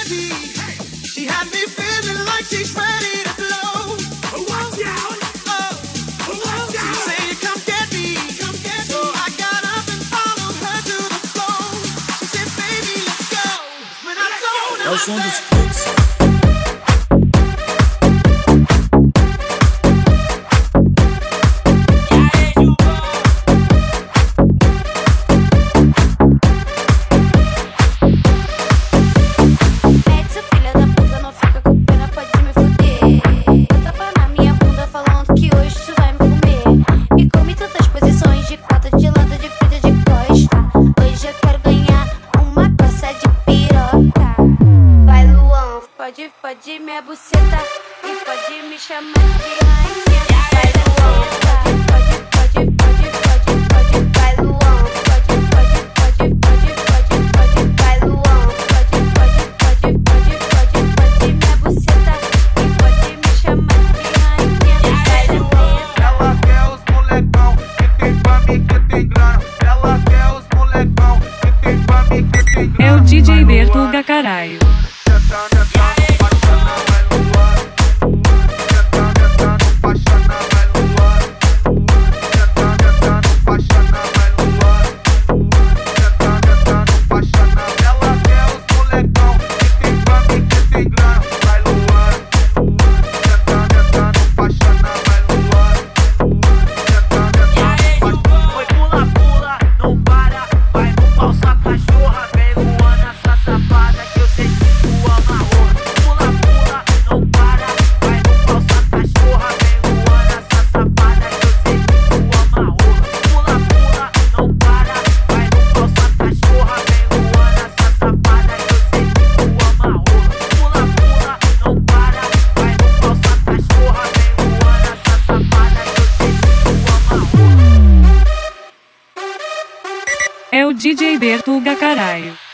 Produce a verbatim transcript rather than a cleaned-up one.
ready. She had me feeling like she's ready to blow. Watch out! Oh, watch out! She said, "Come get me, come get me." So I got up and followed her to the floor. She said, "Baby, let's go." When I told her, I said, Pode, pode minha buceta e pode me chamar de rainha. Vai Luan, pode, pode, pode, pode, pode, vai Luan, pode, pode, pode, pode, pode, pode, vai Luan, pode, pode, pode, pode, pode, pode minha buceta e pode me chamar de rainha. Vai Luan. Ela quer os molecão que tem fome, que tem grana. Ela quer os molecão que tem fome, que tem grana. É o D J Bertuga, caralho. É o D J Bertuga, caralho.